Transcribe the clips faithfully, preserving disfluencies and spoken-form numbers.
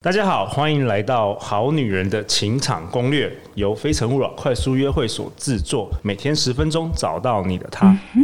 大家好，欢迎来到好女人的情场攻略，由非诚勿扰快速约会所制作，每天十分钟，找到你的他。嗯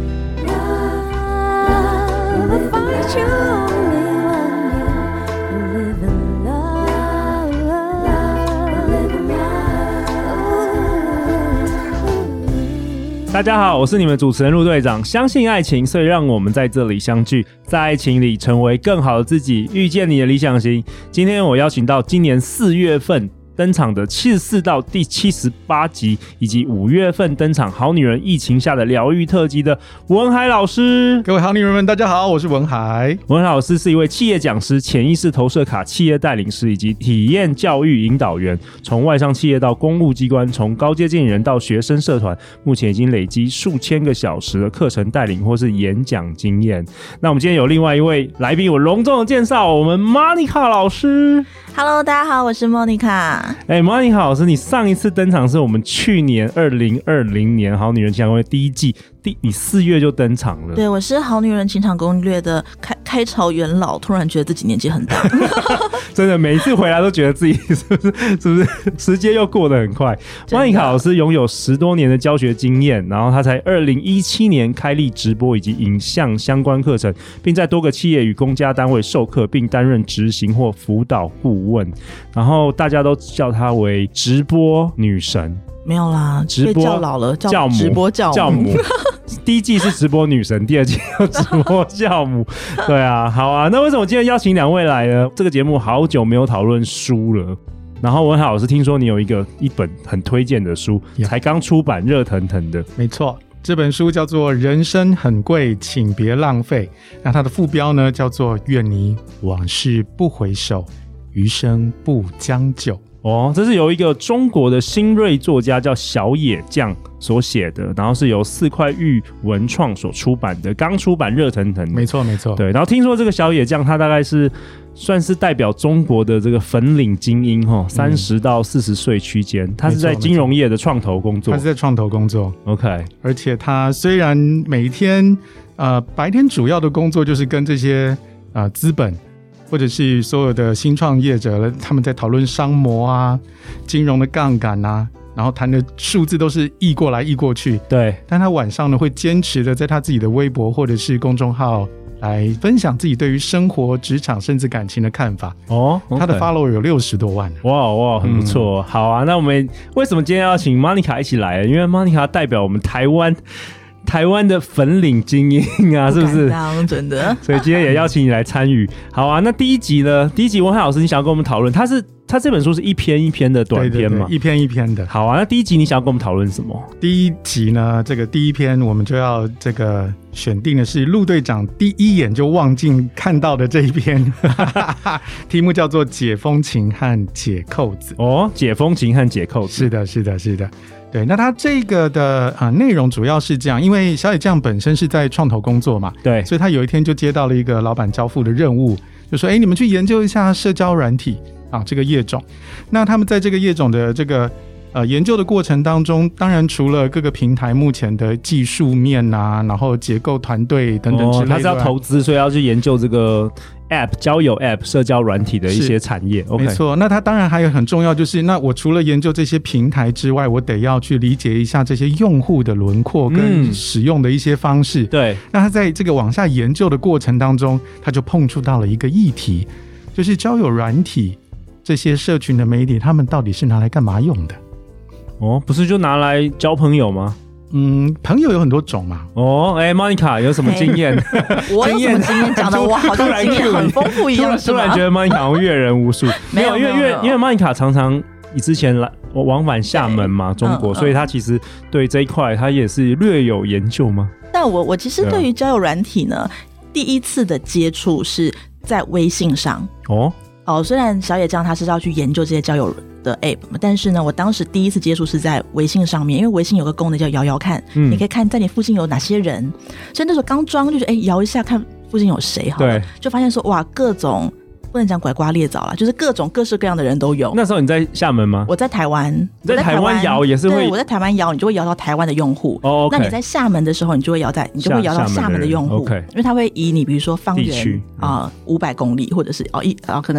大家好，我是你们主持人陆队长。相信爱情，所以让我们在这里相聚，在爱情里成为更好的自己，遇见你的理想型。今天我邀请到今年四月份登场的七十四到第七十八集，以及五月份登场好女人疫情下的疗愈特辑的文海老师。 各位好女人们大家好，我是文海。 文海老师是一位企业讲师、潜意识投射卡企业带领师以及体验教育引导员，从外商企业到公务机关，从高阶经理人到学生社团，目前已经累积数千个小时的课程带领或是演讲经验。那我们今天有另外一位来宾，我隆重的介绍我们 Monica 老师。 Hello， 大家好，我是 Monica。 哎、欸、，Monica 老师，你上一次登场是我们去年二零二零年好女人情场攻略第一季，第你四月就登场了。 对，我是好女人情场攻略的开开朝元老，突然觉得自己年纪很大， 真的每一次回来都觉得自己是不是是不是时间又过得很快。Monica 老师拥有十多年的教学经验，然后他在二零一七年开立直播以及影像相关课程，并在多个企业与公家单位授课，并担任执行或辅导顾问，然后大家都叫他为直播女神。 没有啦，直播叫老了，叫教母， 直播教母。 教母第一季是直播女神，第二季叫直播教母。对啊，好啊。那为什么今天邀请两位来呢？这个节目好久没有讨论书了。然后文海老师，听说你有一个一本很推荐的书， yeah. 才刚出版，热腾腾的。 没错，这本书叫做《人生很贵，请别浪费》。那它的副标呢，叫做《愿你往事不回首，余生不将就》。 哦，这是由一个中国的新锐作家叫小野酱所写的，然后是由四块玉文创所出版的，刚出版，热腾腾的。 没错没错， 对。然后听说这个小野酱他大概是算是代表中国的这个粉领精英哈，三十到四十岁区间，他是在金融业的创投工作， 他是在创投工作 ，OK。 而且他虽然每天呃白天主要的工作就是跟这些呃资本。或者是所有的新创业者，他们在讨论商模啊、金融的杠杆啊，然后谈的数字都是译过来译过去。 对， 但他晚上呢会坚持的在他自己的微博或者是公众号来分享自己对于生活、职场甚至感情的看法。 哦， okay. 他的 follower 有六十多万。 哇哇，很不错、嗯。好啊，那我们为什么今天要请 Monica 一起来？因为 Monica 代表我们台湾。台湾的粉领精英啊，是不是？ 真的。 所以今天也邀请你来参与。好啊，那第一集呢？第一集文海老师，你想要跟我们讨论，他是他这本书是一篇一篇的短篇嘛？ 对对对，一篇一篇的。 好啊，那第一集你想要跟我们讨论什么？ 第一集呢，这个第一篇我们就要这个选定的是陆队长第一眼就望进看到的这一篇，题目叫做《解风琴和解扣子》。 哦，解风琴和解扣子。 是的，是的，是的。对，那它这个的呃内容主要是这样，因为小野酱本身是在创投工作嘛， 对， 所以他有一天就接到了一个老板交付的任务，就说：“哎，你们去研究一下社交软体啊，这个业种。”那他们在这个业种的这个呃研究的过程当中，当然除了各个平台目前的技术面啊，然后结构团队等等之类的， 哦，他是要投资，所以要去研究这个。App 交友 App 社交软体的一些产业， okay. 没错。那它当然还有很重要，就是那我除了研究这些平台之外，我得要去理解一下这些用户的轮廓跟使用的一些方式。 嗯、对。 那他在这个往下研究的过程当中，他就碰触到了一个议题，就是交友软体这些社群的媒体，他们到底是拿来干嘛用的？ 哦，不是就拿来交朋友吗？ 嗯，朋友有很多种嘛。 哦，哎 ，Monica 有什么经验？ 我有什么经验？讲的我好像经验很丰富一样， 突然觉得 Monica 好像阅人无数。 没有， 因为因为因为 Monica 常常以之前来往返厦门嘛，中国，嗯、所以他其实对这一块他也是略有研究嘛。 但我我其实对于交友软体呢，第一次的接触是在微信上。哦哦，虽然小野酱他是要去研究这些交友的 app， 但是呢，我当时第一次接触是在微信上面，因为微信有个功能叫摇摇看，嗯、你可以看在你附近有哪些人，所以那时候刚装就是哎摇一下看附近有谁好了，就发现说哇各种。不能讲拐瓜裂枣啦，就是各种各式各样的人都有。 那时候你在厦门吗？ 我在台湾。 你在台湾摇也是会？ 对，我在台湾摇，你就会摇到台湾的用户。 哦、okay ， 那你在厦门的时候，你就会摇在，你就会摇到厦门的用户。 OK， 因为它会以你比如说方圆啊五百公里，或者是哦一啊可能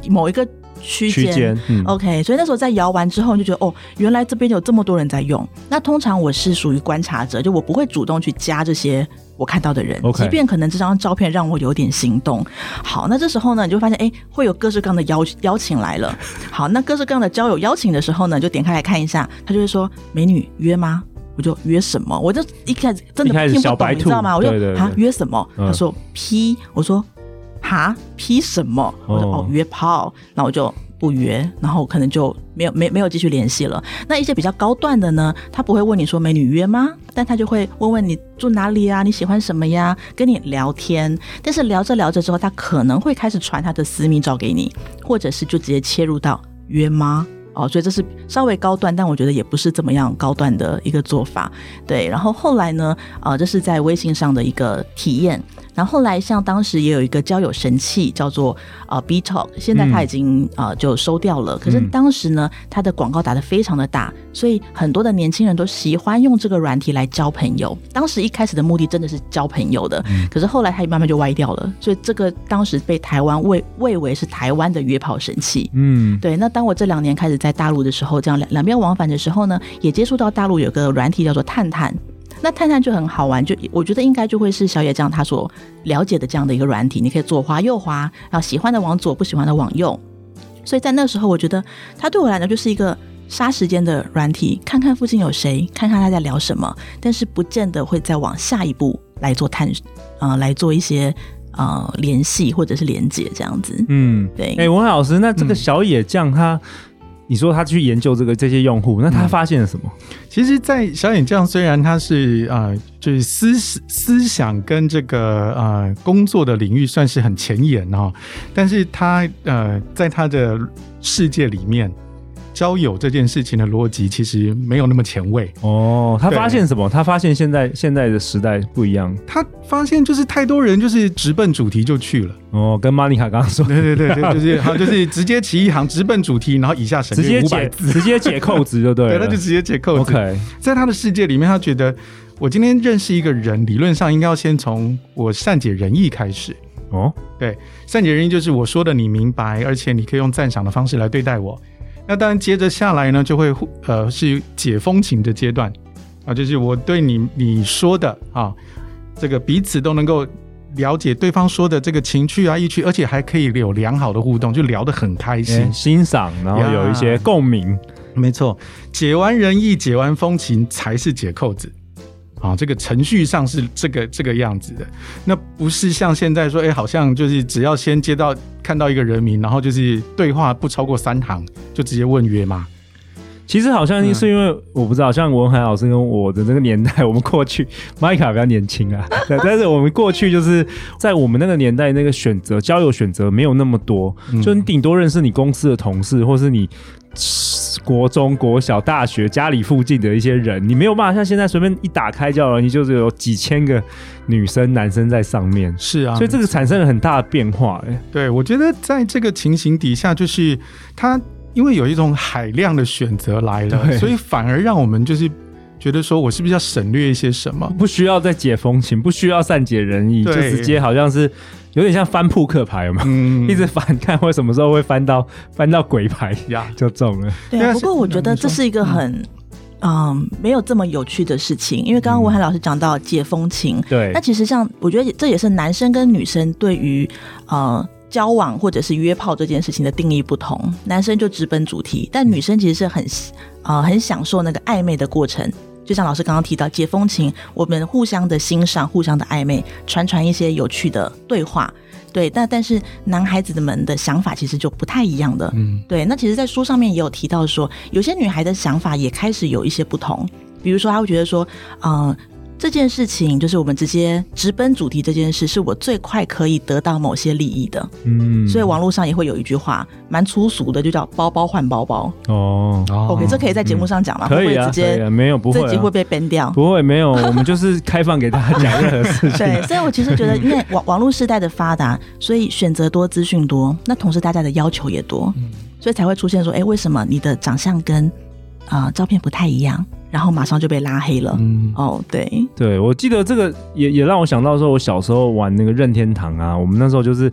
某一个区间、嗯、OK， 所以那时候在摇完之后就觉得哦，原来这边有这么多人在用。那通常我是属于观察者，就我不会主动去加这些我看到的人、okay. 即便可能这张照片让我有点心动。好，那这时候呢你就发现哎，会有各式各样的 邀, 邀请来了。好，那各式各样的交友邀请的时候呢，就点开来看一下，他就会说美女约吗？我就约什么？我就一开始真的听不懂，你知道吗？我就哈约什么、嗯？他说 P， 我说哈 P 什么？我说哦约炮，然后我就不约，然后可能就没有没没有继续联系了。那一些比较高段的呢，他不会问你说美女约吗？但他就会问问你住哪里啊，你喜欢什么呀，跟你聊天。但是聊着聊着之后，他可能会开始传他的私密照给你，或者是就直接切入到约吗？哦，所以这是稍微高段，但我觉得也不是这么样高段的一个做法。对，然后后来呢，呃，这是在微信上的一个体验。然后后来像当时也有一个交友神器叫做呃 B Talk， 现在它已经、嗯、呃就收掉了。可是当时呢，它的广告打得非常的大，所以很多的年轻人都喜欢用这个软体来交朋友。当时一开始的目的真的是交朋友的，嗯、可是后来它慢慢就歪掉了。所以这个当时被台湾谓谓为是台湾的约炮神器。嗯，对。那当我这两年开始在大陆的时候，这样两两边往返的时候呢，也接触到大陆有个软体叫做探探。那探探就很好玩，就我觉得应该就会是小野这样他所了解的这样的一个软体，你可以左滑右滑，然后喜欢的往左，不喜欢的往右。所以在那时候我觉得它对我来讲就是一个杀时间的软体，看看附近有谁，看看他在聊什么，但是不见得会再往下一步来做探呃来做一些呃联系或者是连结这样子。嗯，对。 哎、欸，文海老师，那这个小野酱他、嗯你说他去研究这个这些用户，那他发现了什么？ 嗯、其实，在小野酱虽然他是呃，就是思思想跟这个呃工作的领域算是很前沿哦，但是他呃在他的世界里面，交友这件事情的逻辑其实没有那么前卫哦。他发现什么？他发现现在现在的时代不一样。 他发现就是太多人就是直奔主题就去了哦，跟莫妮卡刚刚说， 对对对对，就是好，就是直接起一行直奔主题，然后以下省略五百字， 直接解扣子就对了。 对，他就直接解扣子。 OK， 在他的世界里面，他觉得我今天认识一个人，理论上应该要先从我善解人意开始。哦，对，善解人意就是我说的你明白，而且你可以用赞赏的方式来对待我。那当然接着下来呢就会呃是解风情的阶段啊，就是我对你你说的啊，这个彼此都能够了解对方说的这个情趣啊意趣，而且还可以有良好的互动，就聊得很开心、欸、 欣赏，然后有一些共鸣。 没错，解完人意解完风情才是解扣子啊，这个程序上是这个这个样子的，那不是像现在说，哎、欸，好像就是只要先接到看到一个人名，然后就是对话不超过三行，就直接问约吗？ 其实好像是因为、嗯、我不知道，像文海老师跟我的那个年代，我们过去麦卡比较年轻啊，但是我们过去就是在我们那个年代，那个选择交友选择没有那么多，嗯、就你顶多认识你公司的同事，或是你国中、国小、大学家里附近的一些人，你没有办法像现在随便一打开交友，你就是有几千个女生、男生在上面。是啊，所以这个产生了很大的变化、欸。 对，我觉得在这个情形底下，就是它因为有一种海量的选择来了，所以反而让我们就是觉得说，我是不是要省略一些什么？ 不需要再解风情，不需要善解人意，就直接好像是。有点像翻扑克牌，有没有？嗯、一直翻看会什么时候会翻到翻到鬼牌呀，就中了。 对啊，不过我觉得这是一个很嗯、呃、没有这么有趣的事情，因为刚刚文海老师讲到解风情，嗯、对，那其实像我觉得这也是男生跟女生对于呃交往或者是约炮这件事情的定义不同，男生就直奔主题，但女生其实是很呃很享受那个暧昧的过程。就像老师刚刚提到解风情，我们互相的欣赏，互相的暧昧，传传一些有趣的对话，对，但但是男孩子们的想法其实就不太一样的，嗯，对。那其实在书上面也有提到说，有些女孩的想法也开始有一些不同，比如说她会觉得说呃这件事情就是我们直接直奔主题，这件事是我最快可以得到某些利益的，嗯，所以网络上也会有一句话蛮粗俗的，就叫包包换包包。哦 OK， 这可以在节目上讲吗？ 嗯、可以啊， 会不会直接、 啊、没有，不会、啊， 这集会被 ban 掉？ 不会，没有，我们就是开放给大家讲任何事情。 对，所以我其实觉得因为网网络时代的发达，所以选择多资讯多，那同时大家的要求也多，嗯、所以才会出现说，哎，为什么你的长相跟啊、呃、照片不太一样，然后马上就被拉黑了。嗯，哦，对对， 我记得这个也也让我想到说，我小时候玩那个任天堂啊，我们那时候就是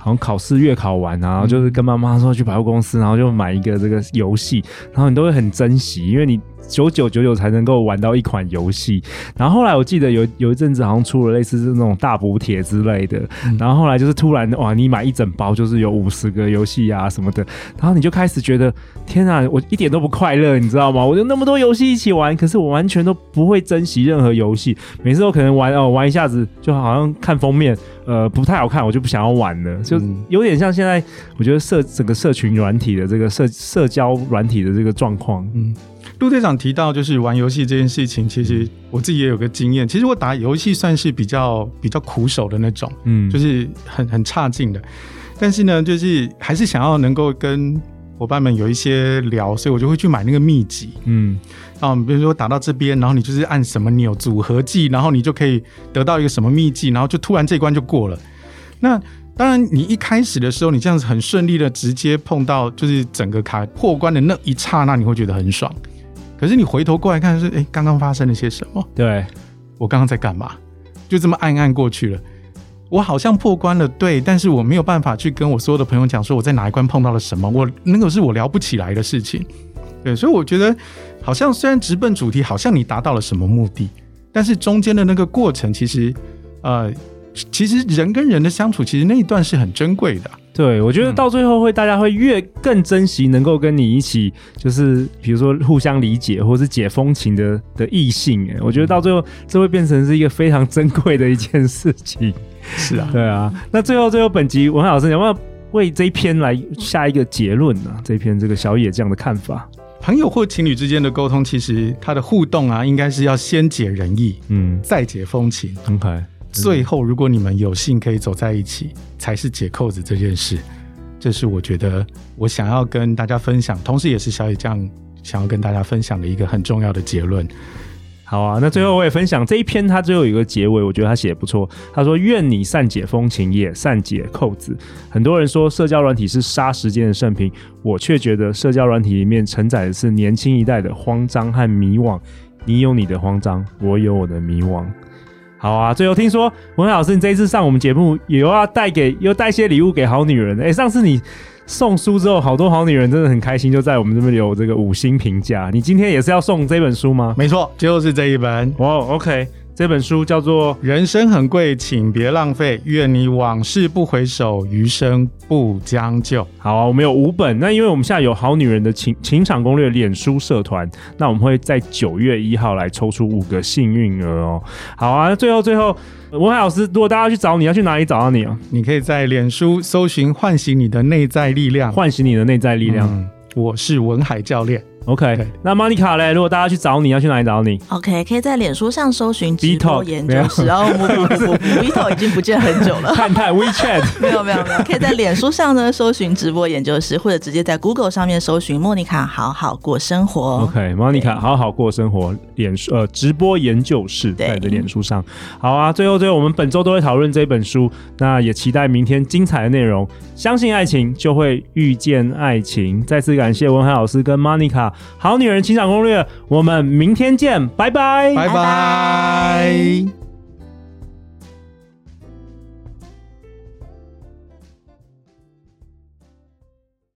好像考试月考完啊，然后就是跟妈妈说去百货公司，然后就买一个这个游戏，然后你都会很珍惜，因为你九九九九才能够玩到一款游戏。然后后来我记得有有一阵子好像出了类似那种大补帖之类的，嗯、然后后来就是突然哇，你买一整包就是有五十个游戏啊什么的，然后你就开始觉得天啊，我一点都不快乐，你知道吗？我有那么多游戏一起玩，可是我完全都不会珍惜任何游戏，每次都可能玩哦玩一下子就好像看封面呃不太好看，我就不想要玩了，就有点像现在我觉得社整个社群软体的这个社社交软体的这个状况，嗯。 陆队长提到就是玩游戏这件事情，其实我自己也有个经验。其实我打游戏算是比较比较苦手的那种，嗯，就是很很差劲的。但是呢，就是还是想要能够跟伙伴们有一些聊，所以我就会去买那个秘籍，嗯，啊，比如说打到这边，然后你就是按什么钮组合技，然后你就可以得到一个什么秘技，然后就突然这一关就过了。那当然，你一开始的时候，你这样子很顺利的直接碰到就是整个卡破关的那一刹那，你会觉得很爽。可是你回头过来看是，哎，刚刚发生了些什么？ 对， 我刚刚在干嘛？就这么按按过去了。我好像破关了，对，但是我没有办法去跟我所有的朋友讲说我在哪一关碰到了什么，我那个是我聊不起来的事情。对，所以我觉得好像虽然直奔主题，好像你达到了什么目的，但是中间的那个过程，其实呃，其实人跟人的相处，其实那一段是很珍贵的。 对，我觉得到最后会大家会越更珍惜能够跟你一起就是比如说互相理解或是解风情的的异性，我觉得到最后这会变成是一个非常珍贵的一件事情。 是啊， 对啊。那最后最后本集文翰老师有没有为这一篇来下一个结论呢、啊？这一篇这个小野这样的看法， 朋友或情侣之间的沟通，其实它的互动啊，应该是要先解人意，嗯，再解风情。 OK。 最后如果你们有幸可以走在一起，才是解扣子这件事。这是我觉得我想要跟大家分享，同时也是小野酱想要跟大家分享的一个很重要的结论。 好啊，那最后我也分享这一篇，他最后有一个结尾，我觉得他写得不错。他说：“愿你善解风情，也善解扣子。”很多人说社交软体是杀时间的圣品，我却觉得社交软体里面承载的是年轻一代的慌张和迷惘。你有你的慌张，我有我的迷惘。好啊，最后听说文翰老师你这一次上我们节目也又要带给又带些礼物给好女人。哎，上次你送书之后，好多好女人真的很开心，就在我们这边有这个五星评价。你今天也是要送这本书吗？ 没错，就是这一本。 哇、wow, ，OK， 这本书叫做《 人生很贵，请别浪费，愿你往事不回首，余生不将就》。 好啊，我们有五本。那因为我们现在有好女人的情情场攻略脸书社团，那我们会在九月一号来抽出五个幸运儿哦。好啊，最后最后。文翰老师，如果大家要去找你，要去哪里找到你啊？ 你可以在脸书搜寻唤醒你的内在力量， 唤醒你的内在力量、嗯、 我是文海教练。 OK， 那 Monica 嘞？如果大家去找你，要去哪里找你 ？OK， 可以在脸书上搜寻直播研究室。哦，不不不不 ，Vito 已经不见很久了。 看看 WeChat， 没有没有没有，可以在脸书上呢搜寻直播研究室，或者直接在 Google 上面搜寻 Monica 好好过生活。 OK，Monica 好好过生活，脸书呃直播研究室在你的脸书上。好啊，最后最后我们本周都会讨论这本书，那也期待明天精彩的内容。相信爱情，就会遇见爱情。再次感谢文翰老师跟 Monica。好女人情场攻略，我们明天见，拜拜， 拜拜。